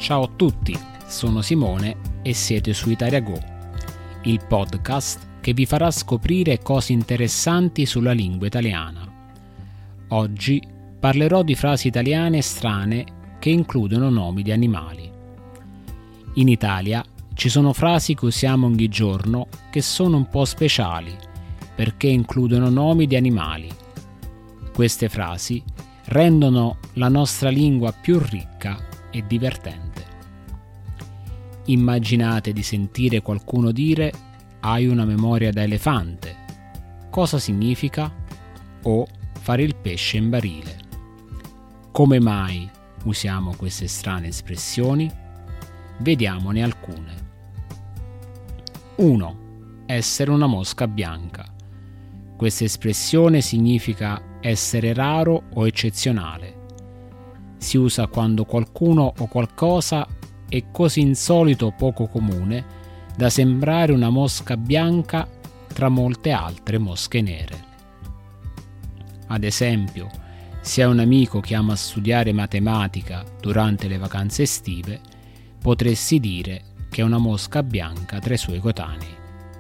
Ciao a tutti, sono Simone e siete su Italia Go, il podcast che vi farà scoprire cose interessanti sulla lingua italiana. Oggi parlerò di frasi italiane strane che includono nomi di animali. In Italia ci sono frasi che usiamo ogni giorno che sono un po' speciali perché includono nomi di animali. Queste frasi rendono la nostra lingua più ricca e divertente. Immaginate di sentire qualcuno dire "hai una memoria da elefante". Cosa significa? O fare il pesce in barile. Come mai usiamo queste strane espressioni? Vediamone alcune. 1. Essere una mosca bianca. Questa espressione significa essere raro o eccezionale. Si usa quando qualcuno o qualcosa è così insolito o poco comune da sembrare una mosca bianca tra molte altre mosche nere. Ad esempio, se hai un amico che ama studiare matematica durante le vacanze estive, potresti dire che è una mosca bianca tra i suoi coetanei.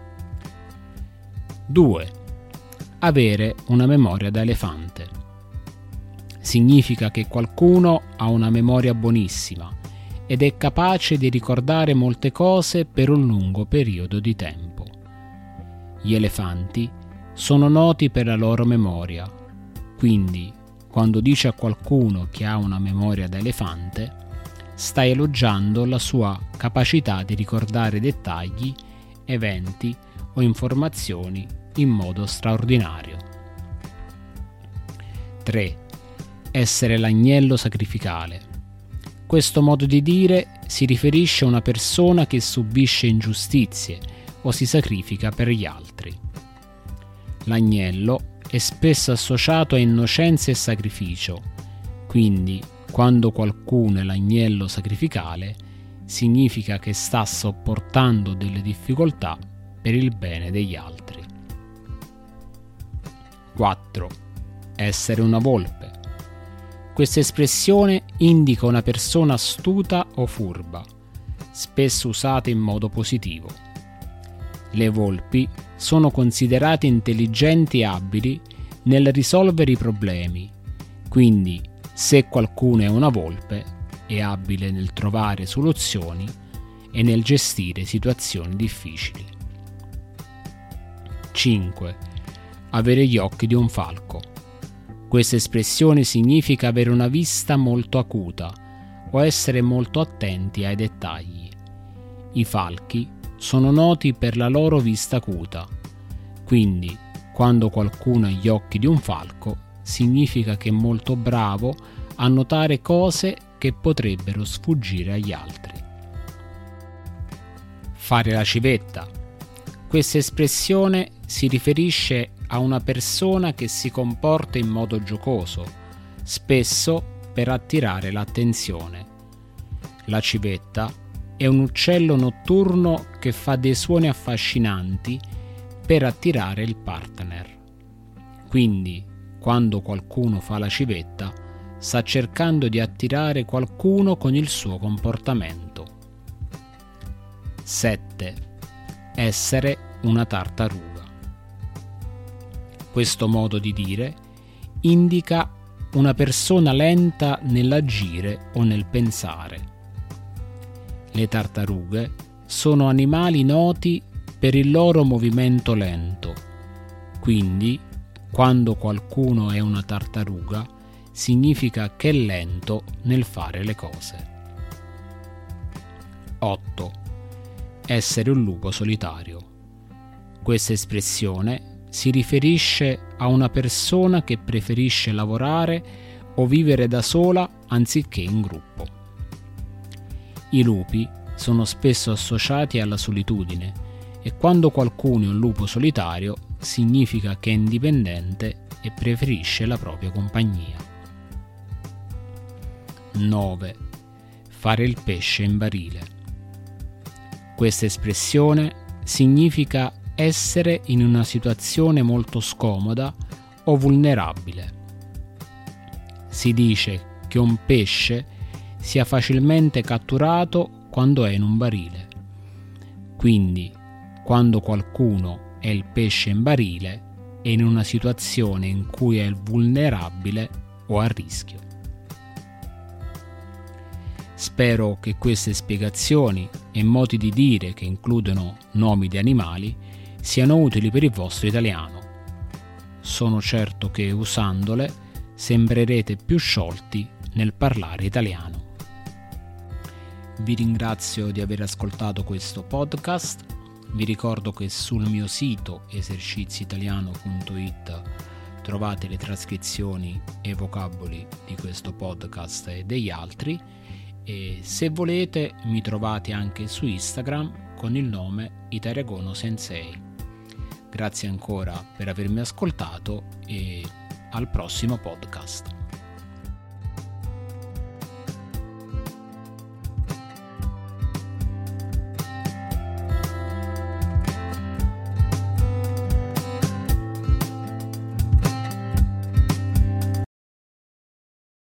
2. Avere una memoria da elefante. Significa che qualcuno ha una memoria buonissima ed è capace di ricordare molte cose per un lungo periodo di tempo. Gli elefanti sono noti per la loro memoria, quindi quando dici a qualcuno che ha una memoria da elefante, stai elogiando la sua capacità di ricordare dettagli, eventi o informazioni in modo straordinario. 3. Essere l'agnello sacrificale. Questo modo di dire si riferisce a una persona che subisce ingiustizie o si sacrifica per gli altri. L'agnello è spesso associato a innocenza e sacrificio, quindi quando qualcuno è l'agnello sacrificale significa che sta sopportando delle difficoltà per il bene degli altri. 4. Essere una volpe. Questa espressione indica una persona astuta o furba, spesso usata in modo positivo. Le volpi sono considerate intelligenti e abili nel risolvere i problemi, quindi se qualcuno è una volpe è abile nel trovare soluzioni e nel gestire situazioni difficili. 5. Avere gli occhi di un falco. Questa espressione significa avere una vista molto acuta o essere molto attenti ai dettagli. I falchi sono noti per la loro vista acuta, quindi quando qualcuno ha gli occhi di un falco significa che è molto bravo a notare cose che potrebbero sfuggire agli altri. Fare la civetta. Questa espressione si riferisce a una persona che si comporta in modo giocoso, spesso per attirare l'attenzione. La civetta è un uccello notturno che fa dei suoni affascinanti per attirare il partner. Quindi, quando qualcuno fa la civetta, sta cercando di attirare qualcuno con il suo comportamento. 7. Essere una tartaruga. Questo modo di dire indica una persona lenta nell'agire o nel pensare. Le tartarughe sono animali noti per il loro movimento lento, quindi quando qualcuno è una tartaruga significa che è lento nel fare le cose. 8. Essere un lupo solitario. Questa espressione si riferisce a una persona che preferisce lavorare o vivere da sola anziché in gruppo. I lupi sono spesso associati alla solitudine e quando qualcuno è un lupo solitario significa che è indipendente e preferisce la propria compagnia. 9. Fare il pesce in barile. Questa espressione significa essere in una situazione molto scomoda o vulnerabile. Si dice che un pesce sia facilmente catturato quando è in un barile. Quindi, quando qualcuno è il pesce in barile, è in una situazione in cui è vulnerabile o a rischio. Spero che queste spiegazioni e modi di dire che includono nomi di animali siano utili per il vostro italiano. Sono certo che usandole sembrerete più sciolti nel parlare italiano. Vi ringrazio di aver ascoltato questo podcast. Vi ricordo che sul mio sito eserciziitaliano.it trovate le trascrizioni e i vocaboli di questo podcast e degli altri, e se volete mi trovate anche su Instagram con il nome Itaregono Sensei. Grazie ancora per avermi ascoltato e al prossimo podcast.